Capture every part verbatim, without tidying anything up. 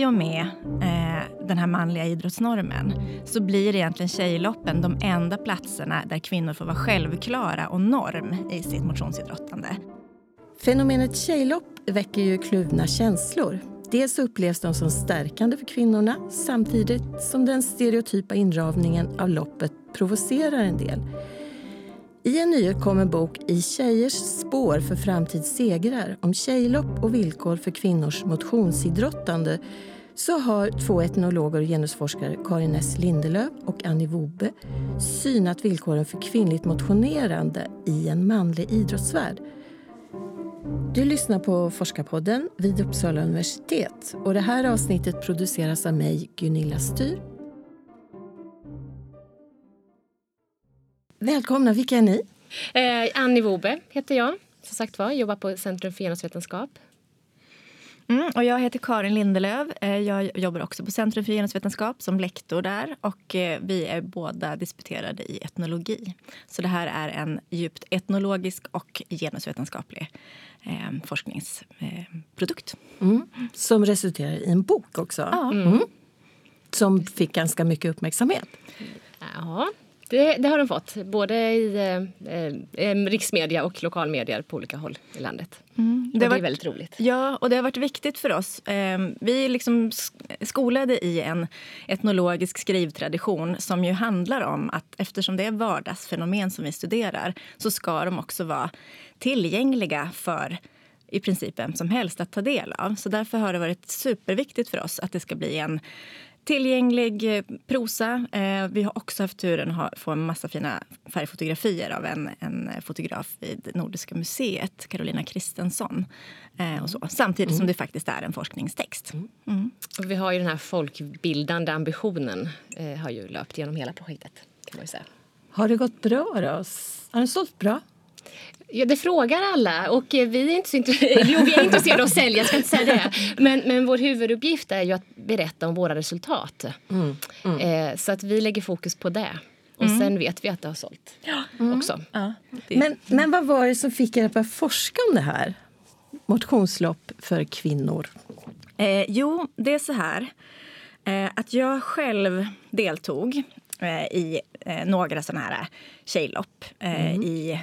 och med eh, den här manliga idrottsnormen så blir egentligen tjejloppen de enda platserna där kvinnor får vara självklara och norm i sitt motionsidrottande. Fenomenet tjejlopp väcker ju kluvna känslor. Dels upplevs de som stärkande för kvinnorna samtidigt som den stereotypa inramningen av loppet provocerar en del. I en nyutkommen bok I tjejers spår för framtidssegrar om tjejlopp och villkor för kvinnors motionsidrottande så har två etnologer och genusforskare, Karin S. Lindelöf och Annie Wobe, synat villkoren för kvinnligt motionerande i en manlig idrottsvärld. Du lyssnar på Forskarpodden vid Uppsala universitet och det här avsnittet produceras av mig, Gunilla Styr. Välkomna, vilka är ni? Eh, Annie Wobe heter jag, som sagt var, jobbar på Centrum för genusvetenskap. Mm, och jag heter Karin Lindelöf. Jag jobbar också på Centrum för genusvetenskap som lektor där. Och vi är båda disputerade i etnologi. Så det här är en djupt etnologisk och genusvetenskaplig eh, forskningsprodukt. Eh, mm. Som resulterar i en bok också. Ja. Mm. Som fick ganska mycket uppmärksamhet. Ja, det, det har de fått. Både i eh, eh, riksmedia och lokalmedier på olika håll i landet. Mm. Det, det är varit, väldigt roligt. Ja, och det har varit viktigt för oss. Vi är liksom skolade i en etnologisk skrivtradition som ju handlar om att eftersom det är vardagsfenomen som vi studerar så ska de också vara tillgängliga för i princip vem som helst att ta del av. Så därför har det varit superviktigt för oss att det ska bli en tillgänglig prosa. Eh, vi har också haft turen att få en massa fina färgfotografier av en, en fotograf vid Nordiska museet, Carolina Kristensson. Eh, och så. Samtidigt mm. som det faktiskt är en forskningstext. Mm. Och vi har ju den här folkbildande ambitionen eh, har ju löpt genom hela projektet, kan man ju säga. Har det gått bra då? Har det sålt bra? Ja, det frågar alla och vi är inte så intresserade, jo, vi är intresserade av att sälja, jag ska inte säga det. Men, men vår huvuduppgift är ju att berätta om våra resultat. Mm, mm. Eh, så att vi lägger fokus på det. Och mm. sen vet vi att det har sålt mm. också. Ja. Men, men vad var det som fick er att börja forska om det här? Motionslopp för kvinnor. Eh, jo, det är så här. Eh, att jag själv deltog eh, i eh, några sådana här tjejlopp eh, mm. i...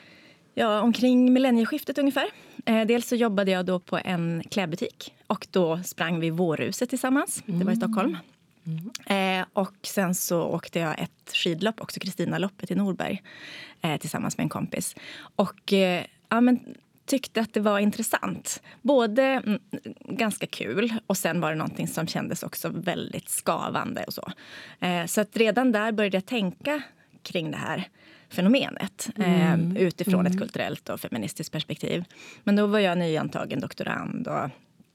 Ja, omkring millennieskiftet ungefär. Eh, dels så jobbade jag då på en klädbutik. Och då sprang vi Vårhuset tillsammans. Mm. Det var i Stockholm. Mm. Eh, och sen så åkte jag ett skidlopp, också Kristinaloppet i Norberg. Eh, tillsammans med en kompis. Och eh, ja, men, tyckte att det var intressant. Både mm, ganska kul och sen var det någonting som kändes också väldigt skavande och så. Eh, så att redan där började jag tänka kring det här fenomenet mm. eh, utifrån mm. ett kulturellt och feministiskt perspektiv. Men då var jag nyantagen doktorand och,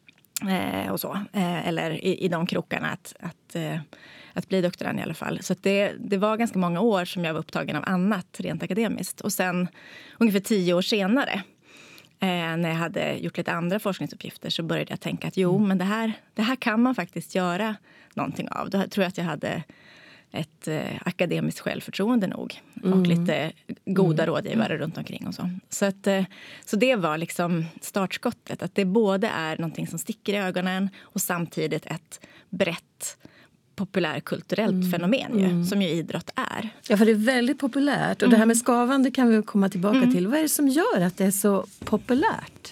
eh, och så. Eh, eller i, i de krokarna att, att, eh, att bli doktorand i alla fall. Så att det, det var ganska många år som jag var upptagen av annat rent akademiskt. Och sen ungefär tio år senare eh, när jag hade gjort lite andra forskningsuppgifter så började jag tänka att jo, men det här, det här kan man faktiskt göra någonting av. Då tror jag att jag hade ett eh, akademiskt självförtroende nog. Och mm. lite goda mm. rådgivare runt omkring och så. Så, att, eh, så det var liksom startskottet. Att det både är någonting som sticker i ögonen och samtidigt ett brett populärkulturellt mm. fenomen ju, mm. som ju idrott är. Ja, för det är väldigt populärt. Och mm. det här med skavande kan vi komma tillbaka mm. till. Vad är det som gör att det är så populärt?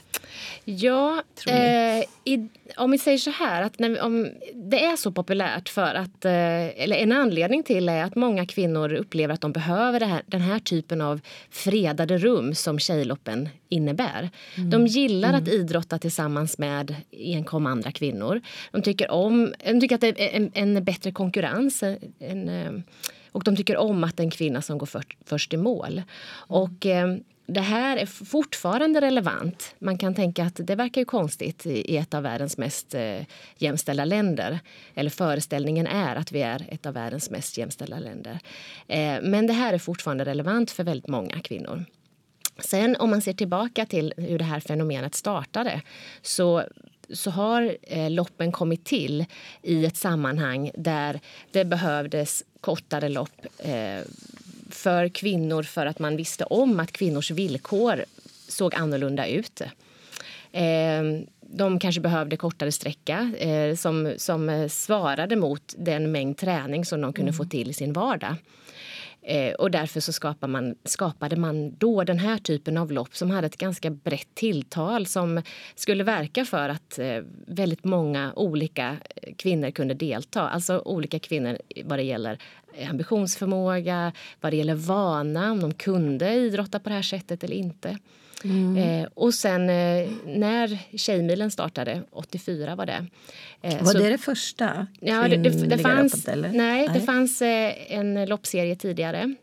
Ja, eh, i, om vi säger så här att när vi, om det är så populärt för att, eh, eller en anledning till är att många kvinnor upplever att de behöver det här, den här typen av fredade rum som tjejloppen innebär. Mm. De gillar mm. att idrotta tillsammans med enkom andra kvinnor. De tycker om, de tycker att det är en, en bättre konkurrens en, och de tycker om att en kvinna som går för, först i mål. Mm. Och eh, det här är fortfarande relevant. Man kan tänka att det verkar ju konstigt i ett av världens mest eh, jämställda länder. Eller föreställningen är att vi är ett av världens mest jämställda länder. Eh, men det här är fortfarande relevant för väldigt många kvinnor. Sen om man ser tillbaka till hur det här fenomenet startade så, så har eh, loppen kommit till i ett sammanhang där det behövdes kortare lopp eh, för kvinnor för att man visste om att kvinnors villkor såg annorlunda ut. Eh, de kanske behövde kortare sträcka eh, som, som svarade mot den mängd träning som de kunde mm. få till i sin vardag. Eh, och därför så skapade man, skapade man då den här typen av lopp som hade ett ganska brett tilltal som skulle verka för att eh, väldigt många olika kvinnor kunde delta. Alltså olika kvinnor vad det gäller ambitionsförmåga, vad det gäller vana, om de kunde idrotta på det här sättet eller inte. Mm. Eh, och sen eh, när Tjejmilen startade, åttiofyra var det. Eh, var så, det det första? Ja, det, det, det fanns, loppet, eller? Nej, nej, det fanns eh, en loppserie tidigare.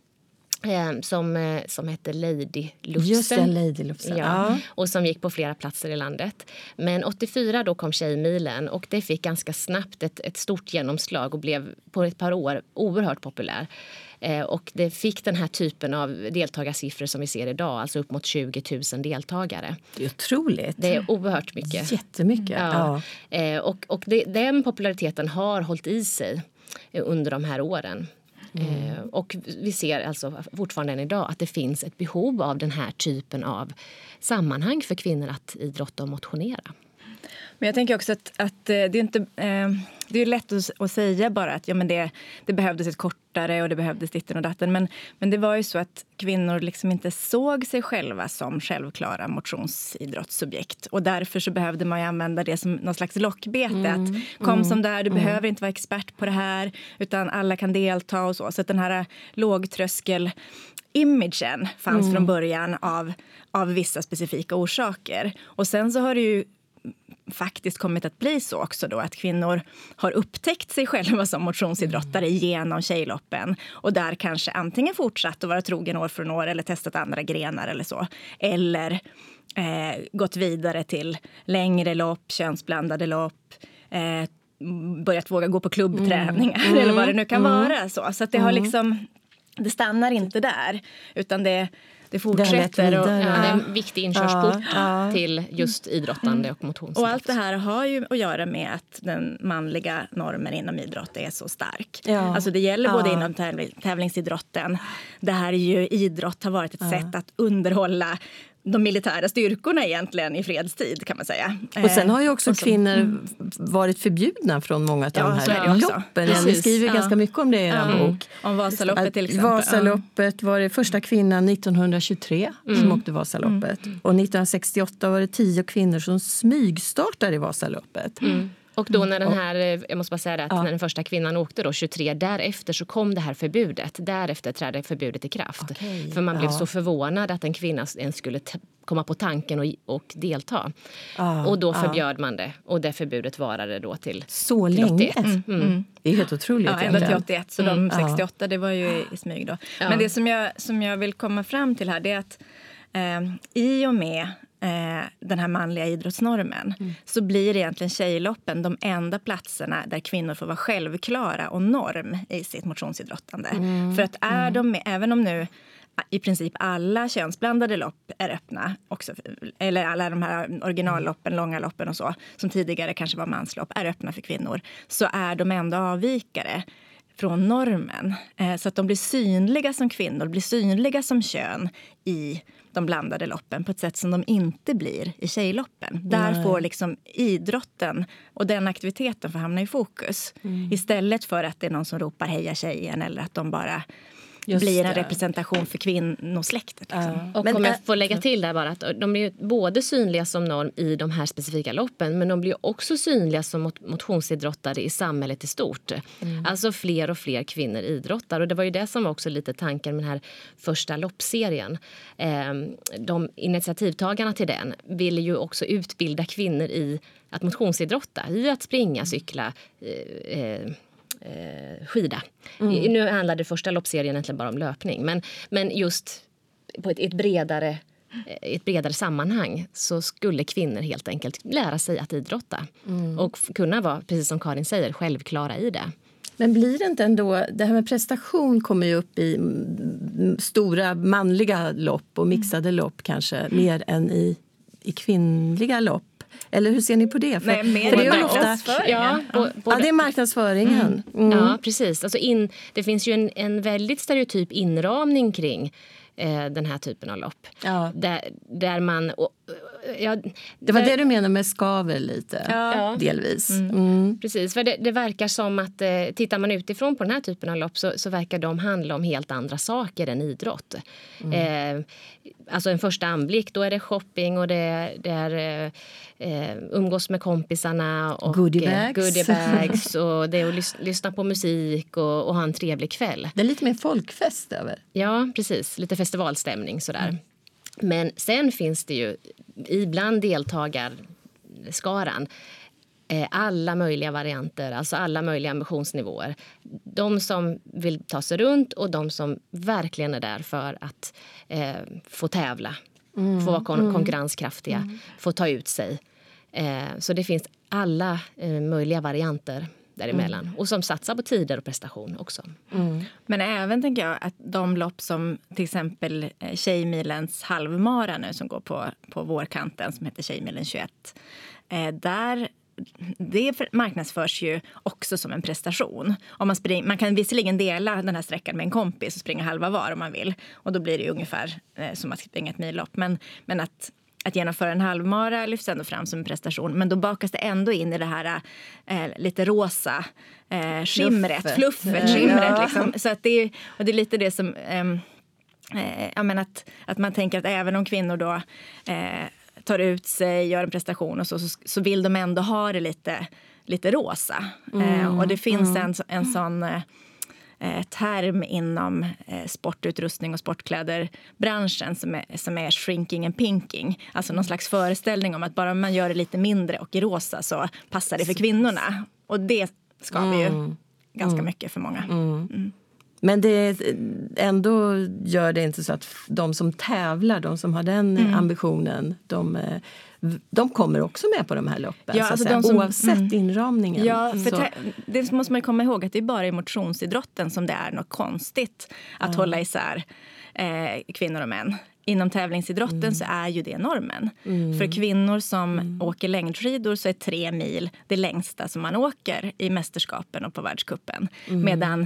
Eh, som, eh, som hette Lady Lufsen. Just det, Lady Lufsen. Ja, ja. Och som gick på flera platser i landet. Men åttiofyra då kom Tjejmilen och det fick ganska snabbt ett, ett stort genomslag och blev på ett par år oerhört populär. Eh, och det fick den här typen av deltagarsiffror som vi ser idag, alltså upp mot tjugo tusen deltagare. Det är otroligt. Det är oerhört mycket. Jättemycket. Ja. Ja. Eh, och och det, den populariteten har hållit i sig under de här åren. Mm. Eh, och vi ser alltså fortfarande än idag att det finns ett behov av den här typen av sammanhang för kvinnor att idrotta och motionera. Men jag tänker också att, att det är inte eh, det är lätt att, att säga bara att ja, men det, det behövdes ett kortare och det behövdes ditten och datten. Men, men det var ju så att kvinnor liksom inte såg sig själva som självklara motionsidrottssubjekt. Och därför så behövde man ju använda det som någon slags lockbete. Mm. Att kom mm. som där, du mm. behöver inte vara expert på det här utan alla kan delta och så. Så att den här lågtröskel imagen fanns mm. från början av, av vissa specifika orsaker. Och sen så har det ju faktiskt kommit att bli så också då att kvinnor har upptäckt sig själva som motionsidrottare mm. genom tjejloppen och där kanske antingen fortsatt att vara trogen år från år eller testat andra grenar eller så. Eller eh, gått vidare till längre lopp, könsblandade lopp, eh, börjat våga gå på klubbträningar mm. eller vad det nu kan mm. vara. Så, så att det har liksom, det stannar inte där utan det Det fortsätter. Och, ja, det är en viktig inkörsport ja, ja. till just idrottande och motionsidrott. Och allt det här har ju att göra med att den manliga normen inom idrott är så stark. Ja. Alltså det gäller ja. både inom tävling, tävlingsidrotten. Det här är ju, idrott har varit ett ja. sätt att underhålla de militära styrkorna egentligen i fredstid kan man säga. Och sen har ju också så, kvinnor mm. varit förbjudna från många av ja, de här loppen. Ja, ni skriver ja. ganska mycket om det i er ja. bok. Om Vasaloppet till exempel. Vasaloppet var det första kvinnan nittonhundratjugotre mm. som åkte Vasaloppet. Mm. Och nittonhundrasextioåtta var det tio kvinnor som smygstartade i Vasaloppet. Mm. Och då när den här, jag måste bara säga det, att ja. när den första kvinnan åkte då tjugotre, därefter så kom det här förbudet. Därefter trädde förbudet i kraft. Okay. För man blev ja. så förvånad att en kvinna ens skulle t- komma på tanken och, och delta. Ja. Och då förbjöd ja. man det. Och det förbudet varade då till så till länge. åttioett. Mm. Mm. Det är helt otroligt. Ja, ända till åttioett. Så mm. de sextioåtta, det var ju i smyg då. Ja. Men det som jag, som jag vill komma fram till här, det är att eh, i och med Eh, den här manliga idrottsnormen mm. så blir egentligen tjejloppen de enda platserna där kvinnor får vara självklara och norm i sitt motionsidrottande. Mm. För att är mm. de, även om nu i princip alla könsblandade lopp är öppna också, eller alla de här originalloppen, långa loppen och så, som tidigare kanske var manslopp, är öppna för kvinnor, så är de ändå avvikare från normen. Eh, så att de blir synliga som kvinnor, blir synliga som kön i de blandade loppen på ett sätt som de inte blir i tjejloppen. Där Nej. får liksom idrotten och den aktiviteten får hamna i fokus. Mm. Istället för att det är någon som ropar heja tjejen eller att de bara Just blir en det. representation för kvinnosläktet. Liksom. Uh. Och om jag får lägga till där bara att de blir både synliga som norm i de här specifika loppen, men de blir också synliga som motionsidrottare i samhället i stort. Mm. Alltså fler och fler kvinnor idrottar. Och det var ju det som var också lite tanken med den här första loppserien. De initiativtagarna till den ville ju också utbilda kvinnor i att motionsidrotta, i att springa, cykla, eh, Eh, skida. Mm. Nu handlade det första loppserien egentligen bara om löpning. Men, men just på ett, ett, bredare, ett bredare sammanhang så skulle kvinnor helt enkelt lära sig att idrotta. Mm. Och kunna vara, precis som Karin säger, självklara i det. Men blir det inte ändå, det här med prestation kommer ju upp i stora manliga lopp och mixade lopp kanske, mm. mer än i, i kvinnliga lopp. Eller hur ser ni på det? För, Nej, mer för det är ju ofta, ja, ja. ja, det är marknadsföringen. Mm. Mm. Ja, precis. Alltså in, det finns ju en, en väldigt stereotyp inramning kring eh, den här typen av lopp. Ja. Där, där man... Och, ja, det var där, det du menar med skaver lite, ja. delvis. Mm. Mm. Precis, för det, det verkar som att eh, tittar man utifrån på den här typen av lopp så, så verkar de handla om helt andra saker än idrott. Mm. Eh, alltså en första anblick, då är det shopping och det, det är eh, umgås med kompisarna och goodiebags. Eh, goodiebags och det är att lys- lyssna på musik och, och ha en trevlig kväll. Det är lite mer folkfest över. Ja, precis. Lite festivalstämning sådär. Mm. Men sen finns det ju ibland deltagarskaran eh, alla möjliga varianter, alltså alla möjliga ambitionsnivåer. De som vill ta sig runt och de som verkligen är där för att eh, få tävla, mm. få vara kon- konkurrenskraftiga, mm. få ta ut sig. Eh, så det finns alla eh, möjliga varianter däremellan. Mm. Och som satsar på tider och prestation också. Mm. Men även tänker jag att de lopp som till exempel Tjejmilens halvmara nu som går på, på vårkanten som heter Tjejmilen tjugoett. Eh, där det marknadsförs ju också som en prestation. Om man, spring, man kan visserligen dela den här sträckan med en kompis och springa halva var om man vill. Och då blir det ju ungefär eh, som att springa ett millopp. Men, men att Att genomföra en halvmara lyfts ändå fram som en prestation. Men då bakas det ändå in i det här eh, lite rosa eh, skimret, fluffet, skimret. Ja. Liksom. Så att det, är, och det är lite det som... Eh, eh, jag menar att, att man tänker att även om kvinnor då eh, tar ut sig, gör en prestation och så, så, så vill de ändå ha det lite, lite rosa. Mm. Eh, och det finns mm. en, en sån... Eh, term inom eh, sportutrustning och sportkläderbranschen som är, som är shrinking and pinking. Alltså någon slags föreställning om att bara man gör det lite mindre och i rosa så passar det för kvinnorna. Och det skaver ju mm. ganska mm. mycket för många. Mm. Mm. Men det ändå gör det inte så att de som tävlar, de som har den mm. ambitionen, de... De kommer också med på de här loppen, ja, så alltså de som, oavsett mm. inramningen. Ja, för te- det måste man ju komma ihåg att det är bara i motionsidrotten som det är något konstigt att ja. hålla isär eh, kvinnor och män. Inom tävlingsidrotten mm. så är ju det normen. Mm. För kvinnor som mm. åker längdskidor så är tre mil det längsta som man åker i mästerskapen och på världscupen. Mm. Medan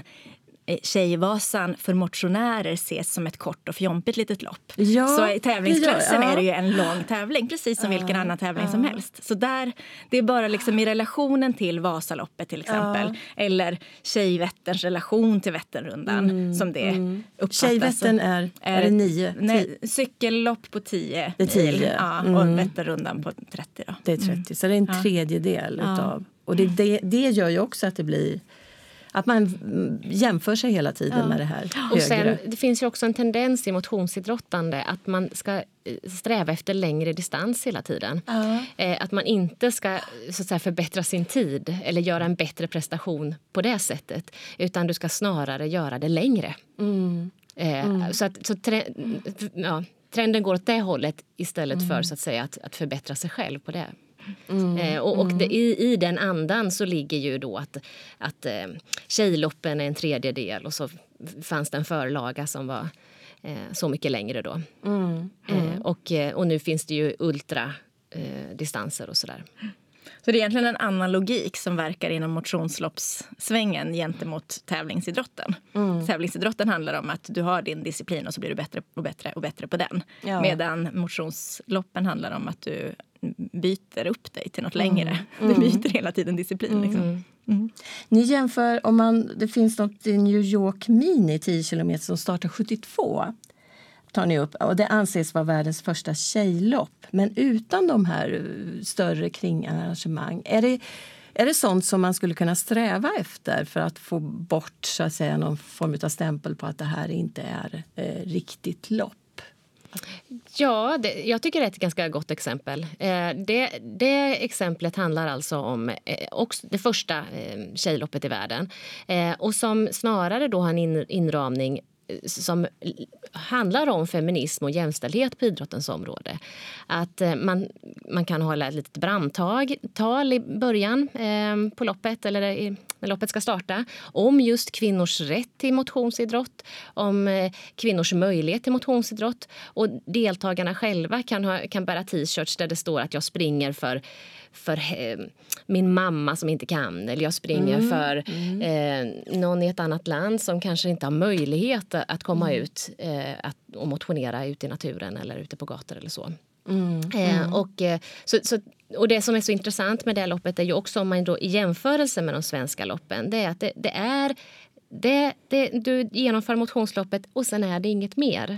Tjejvasan för motionärer ses som ett kort och fjompigt litet lopp. Ja, så i tävlingsklassen ja, ja. är det ju en lång tävling, precis som ja, vilken annan tävling ja. som helst. Så där, det är bara liksom i relationen till Vasaloppet till exempel. Ja. Eller Tjejvätterns relation till Vätternrundan mm, som det mm. uppfattas. Tjejvättern är, är det nio? Nej, cykellopp på tio. Det är tio. Ja, och mm. Vätternrundan på trettio då. Det är trettio, mm. så det är en tredjedel ja. utav. Och det, det, det gör ju också att det blir... Att man jämför sig hela tiden ja. med det här och sen, det finns ju också en tendens i motionsidrottande att man ska sträva efter längre distans hela tiden. Ja. Eh, att man inte ska så att säga, förbättra sin tid eller göra en bättre prestation på det sättet. Utan du ska snarare göra det längre. Mm. Eh, mm. Så att så tre, ja, trenden går åt det hållet istället mm. för så att, säga, att, att förbättra sig själv på det. Mm, eh, och och det, i, i den andan så ligger ju då att, att eh, Tjejloppen är en tredjedel och så fanns det en förlaga som var eh, så mycket längre då. Mm, mm. Eh, och, och nu finns det ju ultradistanser eh, och sådär. Så det är egentligen en annan logik som verkar inom motionsloppssvängen gentemot tävlingsidrotten. Mm. Tävlingsidrotten handlar om att du har din disciplin och så blir du bättre och bättre och bättre på den. Ja. Medan motionsloppen handlar om att du byter upp dig till något längre. Mm. Du byter hela tiden disciplin. Liksom. Mm. Mm. Ni jämför, om man, det finns något i New York Mini tio kilometer som startar sjuttiotvå. Tar ni upp, och det anses vara världens första tjejlopp. Men utan de här större kringarrangemang. Är det, är det sånt som man skulle kunna sträva efter för att få bort så att säga, någon form av stämpel på att det här inte är eh, riktigt lopp? Ja, det, jag tycker det är ett ganska gott exempel. Eh, det, det exemplet handlar alltså om eh, också det första eh, tjejloppet i världen. Eh, och som snarare då har en in, inramning som handlar om feminism och jämställdhet på idrottens område. Att eh, man, man kan hålla ett litet brandtag tal i början eh, på loppet eller i, när loppet ska starta om just kvinnors rätt till motionsidrott, om eh, kvinnors möjlighet till motionsidrott, och deltagarna själva kan, ha, kan bära t-shirts där det står att jag springer för för eh, min mamma som inte kan, eller jag springer mm, för mm. Eh, någon i ett annat land som kanske inte har möjlighet att, att komma mm. ut eh, att, och motionera ute i naturen eller ute på gator eller så. Mm. Eh, mm. och, så, så, och det som är så intressant med det här loppet är ju också om man då i jämförelse med de svenska loppen, det är att det, det är det, det, du genomför motionsloppet och sen är det inget mer.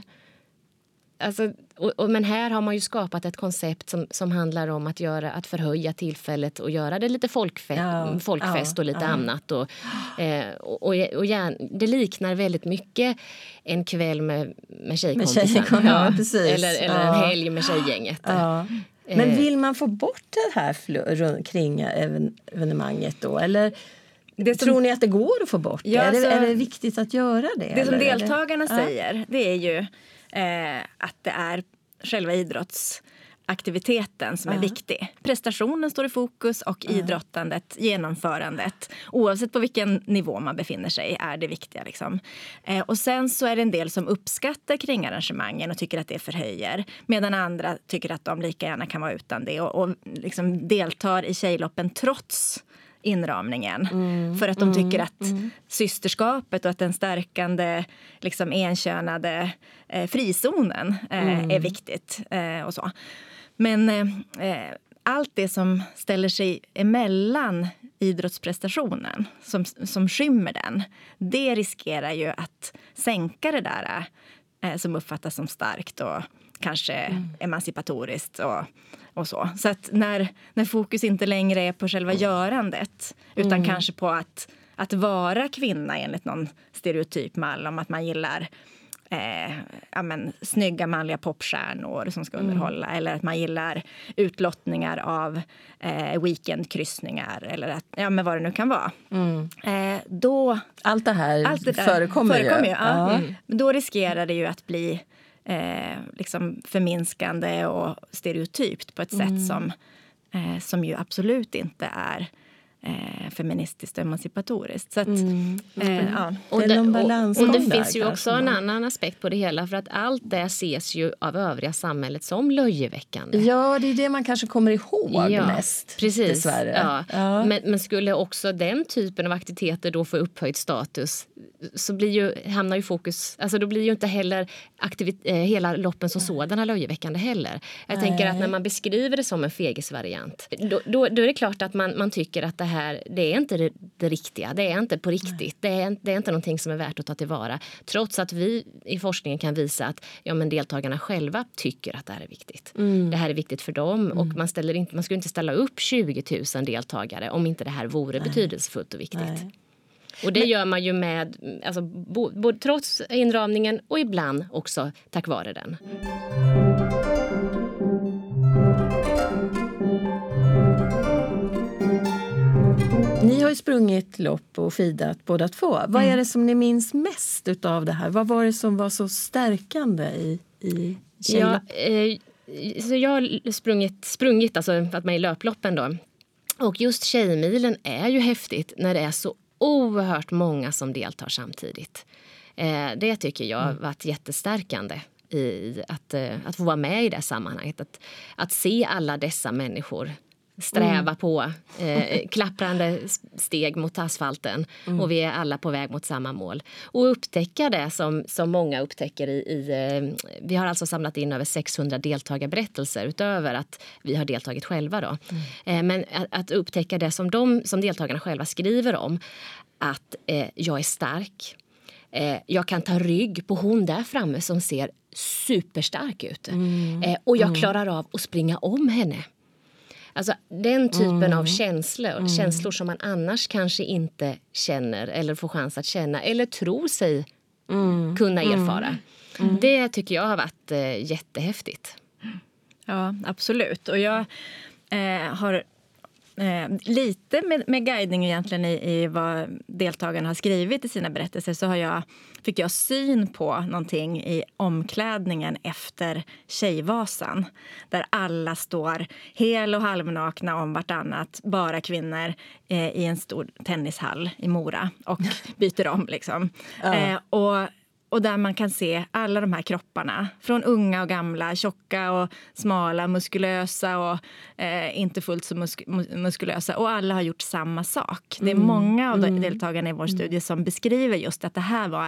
Alltså, och, och, men här har man ju skapat ett koncept som, som handlar om att, göra, att förhöja tillfället och göra det lite folkfe- ja, folkfest ja, och lite ja. annat. Och, eh, och, och, och gärna, det liknar väldigt mycket en kväll med, med tjejkompisar. Ja, ja, eller eller ja. en helg med tjejgänget. Ja. Men vill man få bort det här fl- kring evenemanget då? Eller det som, tror ni att det går att få bort det? Ja, är, det så, är det viktigt att göra det? Det eller? som deltagarna ja. säger, det är ju eh, att det är själva idrottsaktiviteten som ja. är viktig. Prestationen står i fokus och ja. idrottandet, genomförandet. Oavsett på vilken nivå man befinner sig är det viktiga. Liksom. Eh, och sen så är det en del som uppskattar kring arrangemangen och tycker att det förhöjer. Medan andra tycker att de lika gärna kan vara utan det. Och, och liksom deltar i tjejloppen trots inramningen. Mm, för att de tycker att mm. systerskapet och att den stärkande liksom enkönade eh, frizonen eh, mm. är viktigt eh, och så. Men eh, allt det som ställer sig emellan idrottsprestationen som, som skymmer den, det riskerar ju att sänka det där eh, som uppfattas som starkt och kanske mm. emancipatoriskt och Och så. Så att när, när fokus inte längre är på själva görandet utan mm. kanske på att, att vara kvinna enligt någon stereotyp mall om att man gillar eh, ja, men, snygga manliga popstjärnor som ska underhålla mm. eller att man gillar utlottningar av eh, weekendkryssningar eller att, ja, men vad det nu kan vara. Mm. Eh, då, allt det här allt det där förekommer, förekommer ju. ju. Ja. Mm. Då riskerar det ju att bli Eh, liksom förminskande och stereotypt på ett mm. sätt som, eh, som ju absolut inte är eh, feministiskt och emancipatoriskt. Så att, mm. eh, ja. Och det, och, och det finns ju också en annan aspekt på det hela, för att allt det ses ju av övriga samhället som löjeväckande. Ja, det är det man kanske kommer ihåg ja, mest. Precis. Dessvärre. Ja. Ja. Men, men skulle också den typen av aktiviteter då få upphöjd status, så blir ju, hamnar ju fokus, alltså då blir ju inte heller aktivit, eh, hela loppen som sådana löjeväckande heller. Jag Nej. tänker att när man beskriver det som en fegisvariant, då, då, då är det klart att man, man tycker att det här, det är inte det, det riktiga, det är inte på riktigt, det är, det är inte någonting som är värt att ta tillvara. Trots att vi i forskningen kan visa att ja, men deltagarna själva tycker att det här är viktigt. Mm. Det här är viktigt för dem mm. och man, ställer inte, man skulle inte ställa upp tjugo tusen deltagare om inte det här vore Nej. betydelsefullt och viktigt. Nej. Och det Men, gör man ju med, alltså, både bo, trots inramningen och ibland också tack vare den. Ni har ju sprungit lopp och skidat båda två. Vad är det som ni minns mest utav det här? Vad var det som var så stärkande i, i tjejlopp? Ja, eh, så jag har sprungit, sprungit alltså att man är i löploppen då. Och just Tjejmilen är ju häftigt när det är så oerhört många som deltar samtidigt. Eh, det tycker jag har varit jättestärkande i att, eh, att få vara med i det sammanhanget. Att, att se alla dessa människor sträva mm. på eh, klapprande steg mot asfalten mm. och vi är alla på väg mot samma mål. Och upptäcka det som, som många upptäcker i, i eh, vi har alltså samlat in över sexhundra deltagarberättelser utöver att vi har deltagit själva då. Mm. Eh, men att, att upptäcka det som de som deltagarna själva skriver om, att eh, jag är stark. Eh, jag kan ta rygg på hon där framme som ser superstark ut. Mm. Eh, och jag klarar av att springa om henne. Alltså den typen mm. av känslor, mm. känslor som man annars kanske inte känner eller får chans att känna eller tror sig mm. kunna erfara. Mm. Det tycker jag har varit eh, jättehäftigt. Ja, absolut. Och jag eh, har eh, lite med, med guidning egentligen i, i vad deltagarna har skrivit i sina berättelser, så har jag, fick jag syn på någonting i omklädningen efter Tjejvasan. Där alla står hel- och halvnakna om vartannat, bara kvinnor eh, i en stor tennishall i Mora och byter om liksom. Ja. Eh, och Och där man kan se alla de här kropparna. Från unga och gamla, tjocka och smala, muskulösa och eh, inte fullt så musk- muskulösa. Och alla har gjort samma sak. Det är många av mm. deltagarna i vår studie som beskriver just att det här var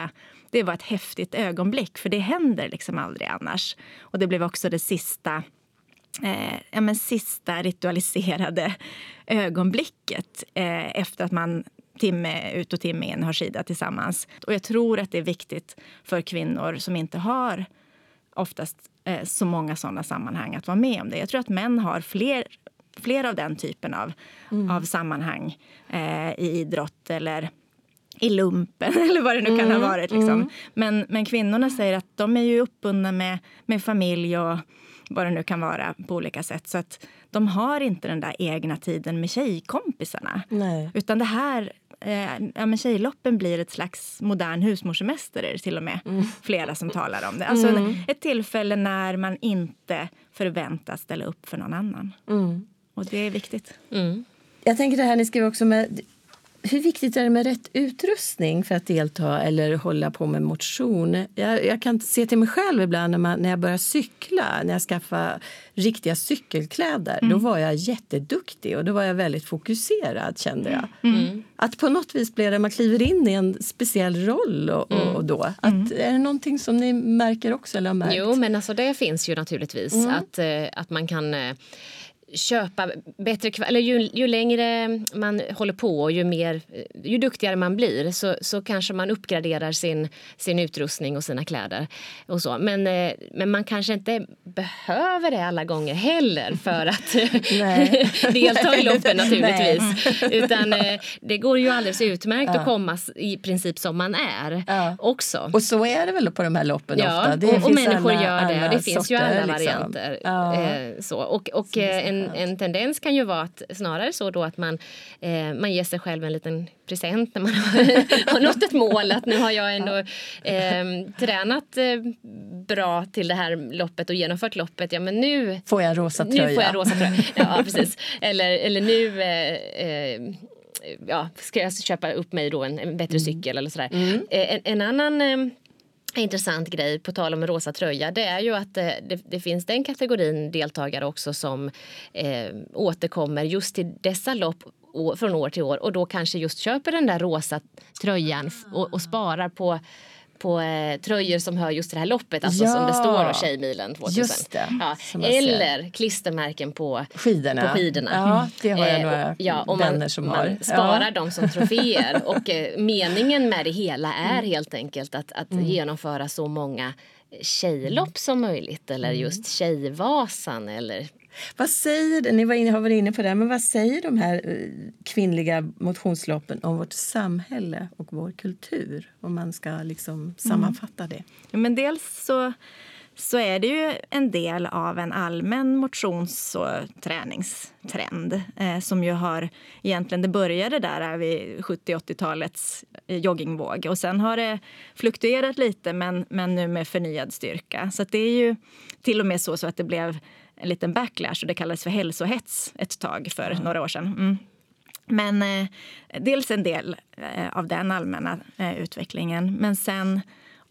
det var ett häftigt ögonblick, för det händer liksom aldrig annars. Och det blev också det sista, eh, ja, men sista ritualiserade ögonblicket eh, efter att man timme ut och timme in har skidat tillsammans. Och jag tror att det är viktigt för kvinnor som inte har oftast eh, så många sådana sammanhang att vara med om det. Jag tror att män har fler, fler av den typen av, mm. av sammanhang eh, i idrott eller i lumpen eller vad det nu kan mm. ha varit. Liksom. Mm. Men, men kvinnorna säger att de är ju uppbundna med, med familj och vad det nu kan vara på olika sätt. Så att de har inte den där egna tiden med tjejkompisarna. Nej. Utan det här, eh, ja, men tjejloppen blir ett slags modern husmorsemester, är det till och med mm. flera som talar om det. Alltså mm. ett tillfälle när man inte förväntas ställa upp för någon annan. Mm. Och det är viktigt. Mm. Jag tänker det här ni skriver också med... Hur viktigt är det med rätt utrustning för att delta eller hålla på med motion? Jag, jag kan se till mig själv ibland när, man, när jag börjar cykla, när jag skaffar riktiga cykelkläder. Mm. Då var jag jätteduktig och då var jag väldigt fokuserad, kände jag. Mm. Att på något vis blir det, man kliver in i en speciell roll och, och, och då. Att, mm. Är det någonting som ni märker också eller har märkt? Jo, men alltså det finns ju naturligtvis mm. att, att man kan... köpa bättre, eller ju, ju längre man håller på och ju mer, ju duktigare man blir så, så kanske man uppgraderar sin, sin utrustning och sina kläder och så. Men, men man kanske inte behöver det alla gånger heller för att delta i loppen naturligtvis. Utan det går ju alldeles utmärkt ja. Att komma i princip som man är ja. Också. Och så är det väl på de här loppen ja, ofta. Det och, och människor alla, gör det. Alla det finns sorter, ju alla liksom. varianter. Ja. Eh, så. Och, och en En, en tendens kan ju vara att snarare så då att man, eh, man ger sig själv en liten present när man har, har nått ett mål. Att nu har jag ändå eh, tränat eh, bra till det här loppet och genomfört loppet. Ja, men nu får jag rosa tröja. Nu får jag rosa tröja. Ja, precis. Eller, eller nu... Eh, eh, ja, ska jag köpa upp mig då en, en bättre mm. cykel eller sådär. Mm. Eh, en, en annan... Eh, intressant grej på tal om rosa tröja, det är ju att det, det, det finns den kategorin deltagare också som eh, återkommer just till dessa lopp å, från år till år och då kanske just köper den där rosa tröjan och, och sparar på på eh, tröjor som hör just det här loppet, alltså ja, som det står då Tjejmilen tvåtusen. Just det, ja, eller ser. Klistermärken på skidorna. På skidorna. Ja, det har jag några eh, och, ja, och vänner man, som man har. sparar ja. dem som troféer och eh, meningen med det hela är mm. helt enkelt att, att mm. genomföra så många tjejlopp som möjligt eller mm. just Tjejvasan eller... Vad säger det? Ni var inne, har varit inne på det, men vad säger de här kvinnliga motionsloppen om vårt samhälle och vår kultur? Om man ska liksom sammanfatta det. Ja, men dels så, så är det ju en del av en allmän motions- och träningstrend eh, som ju har egentligen, det började där vid sjuttio-åttiotalets joggingvåg och sen har det fluktuerat lite men, men nu med förnyad styrka. Så att det är ju till och med så, så att det blev en liten backlash och det kallades för hälsohets ett tag för mm. några år sedan. Mm. Men eh, dels en del eh, av den allmänna eh, utvecklingen. Men sen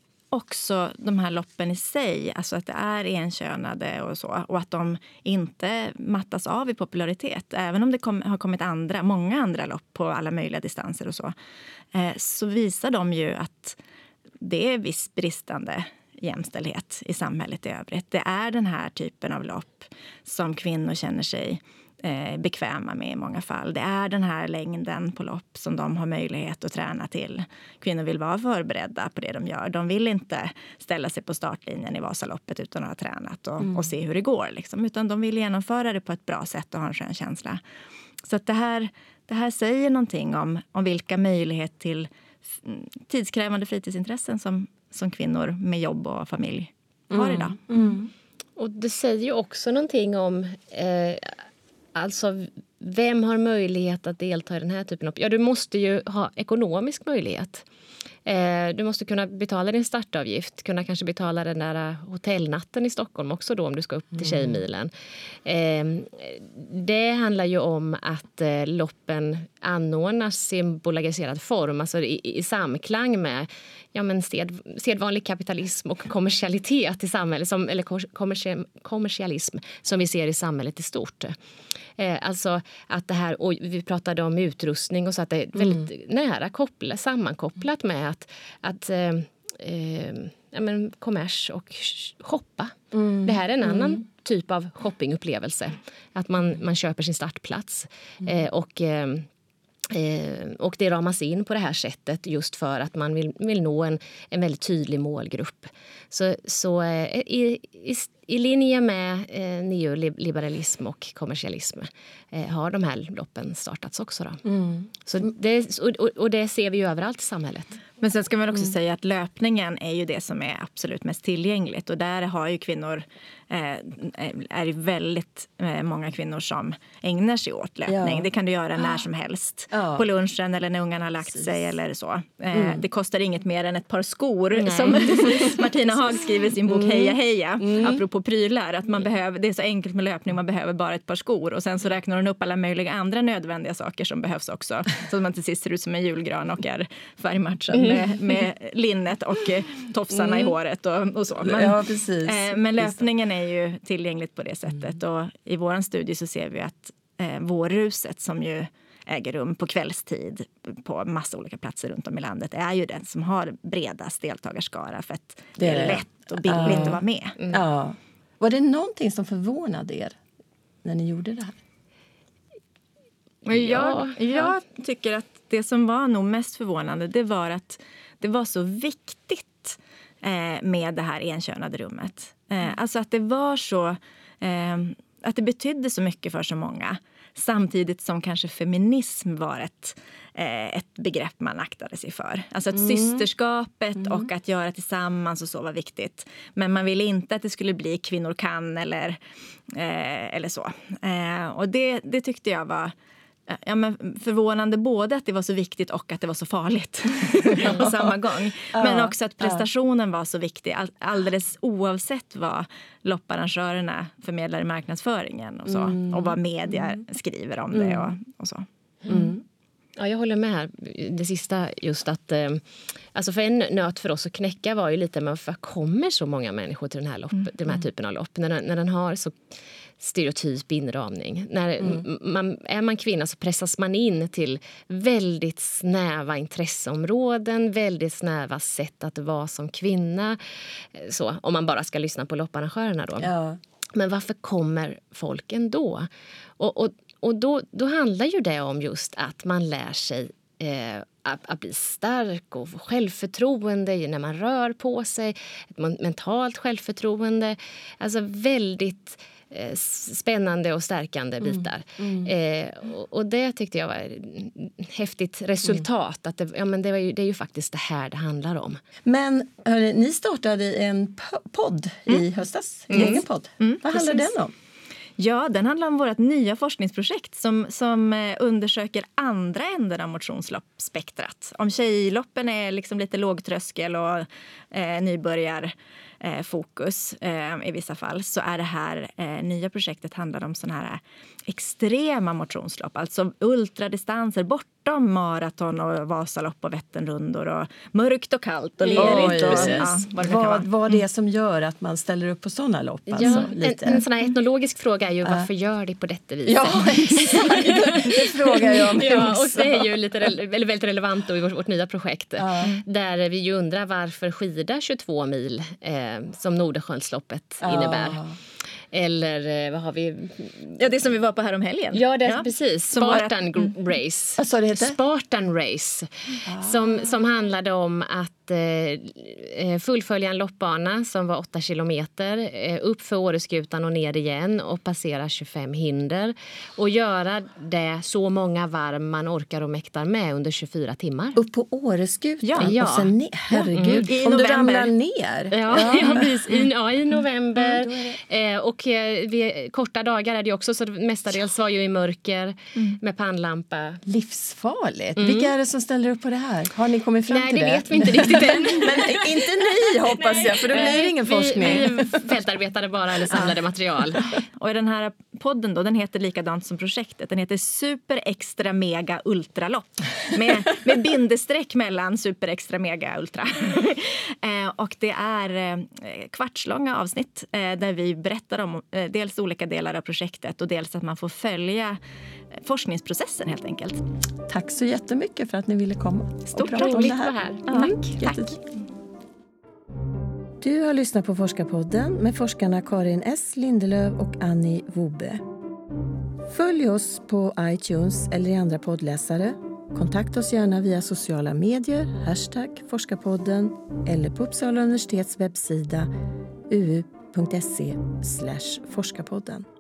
också de här loppen i sig. Alltså att det är enkönade och så. Och att de inte mattas av i popularitet. Även om det kom, har kommit andra, många andra lopp på alla möjliga distanser och så. Eh, så visar de ju att det är viss bristande jämställdhet i samhället i övrigt. Det är den här typen av lopp som kvinnor känner sig eh, bekväma med i många fall. Det är den här längden på lopp som de har möjlighet att träna till. Kvinnor vill vara förberedda på det de gör. De vill inte ställa sig på startlinjen i Vasaloppet utan att ha tränat och, mm. och se hur det går. Liksom. Utan de vill genomföra det på ett bra sätt och ha en skön känsla. Så att det här, det här säger någonting om, om vilka möjligheter till tidskrävande fritidsintressen som som kvinnor med jobb och familj har mm. idag. Mm. Och det säger ju också någonting om eh, alltså vem har möjlighet att delta i den här typen av... Ja, du måste ju ha ekonomisk möjlighet. Eh, du måste kunna betala din startavgift, kunna kanske betala den där hotellnatten i Stockholm också då om du ska upp till Tjejmilen. Eh, det handlar ju om att eh, loppen anordnas i en bolagiserad form, alltså i, i samklang med ja, men sed, sedvanlig kapitalism och kommersialitet i samhället, som, eller kommersi, kommersialism som vi ser i samhället i stort. Eh, alltså att det här, och vi pratade om utrustning och så att det är väldigt mm. nära koppla, sammankopplat med att, att eh, eh, ja, men, kommers och shoppa. Mm. Det här är en annan mm. typ av shoppingupplevelse. Att man, man köper sin startplats mm. eh, och... Eh, Eh, och det ramas in på det här sättet just för att man vill, vill nå en, en väldigt tydlig målgrupp. Så, så eh, i, i, i linje med eh, neoliberalism och kommersialism eh, har de här loppen startats också. Då. Mm. Så det, och, och det ser vi ju överallt i samhället. Men sen ska man också mm. säga att löpningen är ju det som är absolut mest tillgängligt. Och där har ju kvinnor, eh, är det väldigt eh, många kvinnor som ägnar sig åt löpning. Ja. Det kan du göra när som helst. Ja. På lunchen eller när ungarna har lagt Precis. sig eller så. Eh, mm. Det kostar inget mer än ett par skor. Nej. Som Martina Haag skriver i sin bok mm. Heja Heja. Mm. Apropå prylar. Att man behöver, det är så enkelt med löpning, man behöver bara ett par skor. Och sen så räknar hon upp alla möjliga andra nödvändiga saker som behövs också. Så att man till sist ser ut som en julgran och är färgmatchad. Mm. Med, med linnet och eh, tofsarna mm. i håret och, och så. Men, ja, precis. Eh, men löpningen är ju tillgängligt på det sättet. Mm. Och i vår studie så ser vi att eh, vårruset som ju äger rum på kvällstid på massa olika platser runt om i landet är ju den som har bredast deltagarskara för att det, det är lätt och billigt uh. att vara med. Mm. Ja. Var det någonting som förvånade er när ni gjorde det här? Ja, jag, jag tycker att det som var nog mest förvånande, det var att det var så viktigt eh, med det här enkönade rummet. Eh, alltså att det var så, eh, att det betydde så mycket för så många. Samtidigt som kanske feminism var ett, eh, ett begrepp man aktade sig för. Alltså att mm. systerskapet mm. och att göra tillsammans och så var viktigt. Men man ville inte att det skulle bli kvinnor kan eller, eh, eller så. Eh, och det, det tyckte jag var... Ja, men förvånande både att det var så viktigt och att det var så farligt på samma gång. Men också att prestationen var så viktig all, alldeles oavsett vad lopparrangörerna förmedlar i marknadsföringen och så. Mm. Och vad media skriver om mm. det och, och så. Mm. Ja, jag håller med här. Det sista just att eh, alltså för en nöt för oss att knäcka var ju lite med varför kommer så många människor till den här, lopp, mm. den här typen av lopp när, när den har så stereotyp inramning. När mm. man, är man kvinna så pressas man in till väldigt snäva intresseområden, väldigt snäva sätt att vara som kvinna. Så, om man bara ska lyssna på lopparrangörerna då. Ja. Men varför kommer folk ändå? Och, och, och då, då handlar ju det om just att man lär sig eh, att, att bli stark och få självförtroende när man rör på sig. Ett mentalt självförtroende. Alltså väldigt... spännande och stärkande bitar. Mm. Mm. Eh, och, och det tyckte jag var ett häftigt resultat. Mm. Att det, ja, men det, var ju, det är ju faktiskt det här det handlar om. Men hörni, ni startade en podd mm. i höstas. En mm. egen podd. Mm. Vad handlar den om? Ja, den handlar om vårt nya forskningsprojekt som, som undersöker andra änden av motionsloppsspektrat. Om tjejloppen är liksom lite lågtröskel och eh, nybörjar eh, fokus eh, i vissa fall, så är det här eh, nya projektet handlar om såna här extrema motionslopp, alltså ultradistanser bortom maraton och Vasalopp och Vätternrundor och mörkt och kallt och lerigt. Och, ja, vad det vad, vad det är som gör att man ställer upp på såna lopp? Alltså, ja, lite. En, en sån här etnologisk fråga är ju, varför uh. gör det på detta viset? Ja, exakt. Det frågar jag om ja, och det är ju lite re- väldigt relevant då i vårt, vårt nya projekt. Uh. Där vi ju undrar varför skida tjugotvå mil eh, som Nordsjönsloppet uh. innebär. Eller vad har vi? Ja, det som vi var på här om helgen. Ja, det är ja. precis. Spartan mm. Race. Vad sa det heter? Spartan Race. Ah. Som, som handlade om att eh, fullfölja en loppbana som var åtta kilometer. Eh, upp för Åreskutan och ner igen. Och passera tjugofem hinder. Och göra det så många varv man orkar och mäktar med under tjugofyra timmar. Upp på Åreskutan? Ja. ja. Och sen ner. Herregud. Mm. Om november. Du ramlar ner. Ja, ja. ja, precis. I, ja, i november. Mm, eh, och vi, korta dagar är det också, så mestadels var ju i mörker mm. med pannlampa. Livsfarligt. Mm. Vilka är det som ställer upp på det här? Har ni kommit fram Nej, till det? Nej, det vet vi inte riktigt än. Men inte ni, hoppas Nej. jag, för då blir det ingen vi, forskning. Vi fältarbetade bara eller samlade material. Och den här podden då, den heter likadant som projektet. Den heter Super Extra Mega Ultralopp. Med, med bindesträck mellan Super Extra Mega Ultra. eh, och det är eh, kvartslånga avsnitt eh, där vi berättar om eh, dels olika delar av projektet och dels att man får följa forskningsprocessen helt enkelt. Tack så jättemycket för att ni ville komma. Stort tack. Roligt att vara här. Ja, tack. tack. Du har lyssnat på Forskarpodden med forskarna Karin S. Lindelöf och Annie Wobbe. Följ oss på iTunes eller i andra poddläsare. Kontakta oss gärna via sociala medier, hashtag Forskarpodden eller på Uppsala universitets webbsida u u punkt se slash forskarpodden.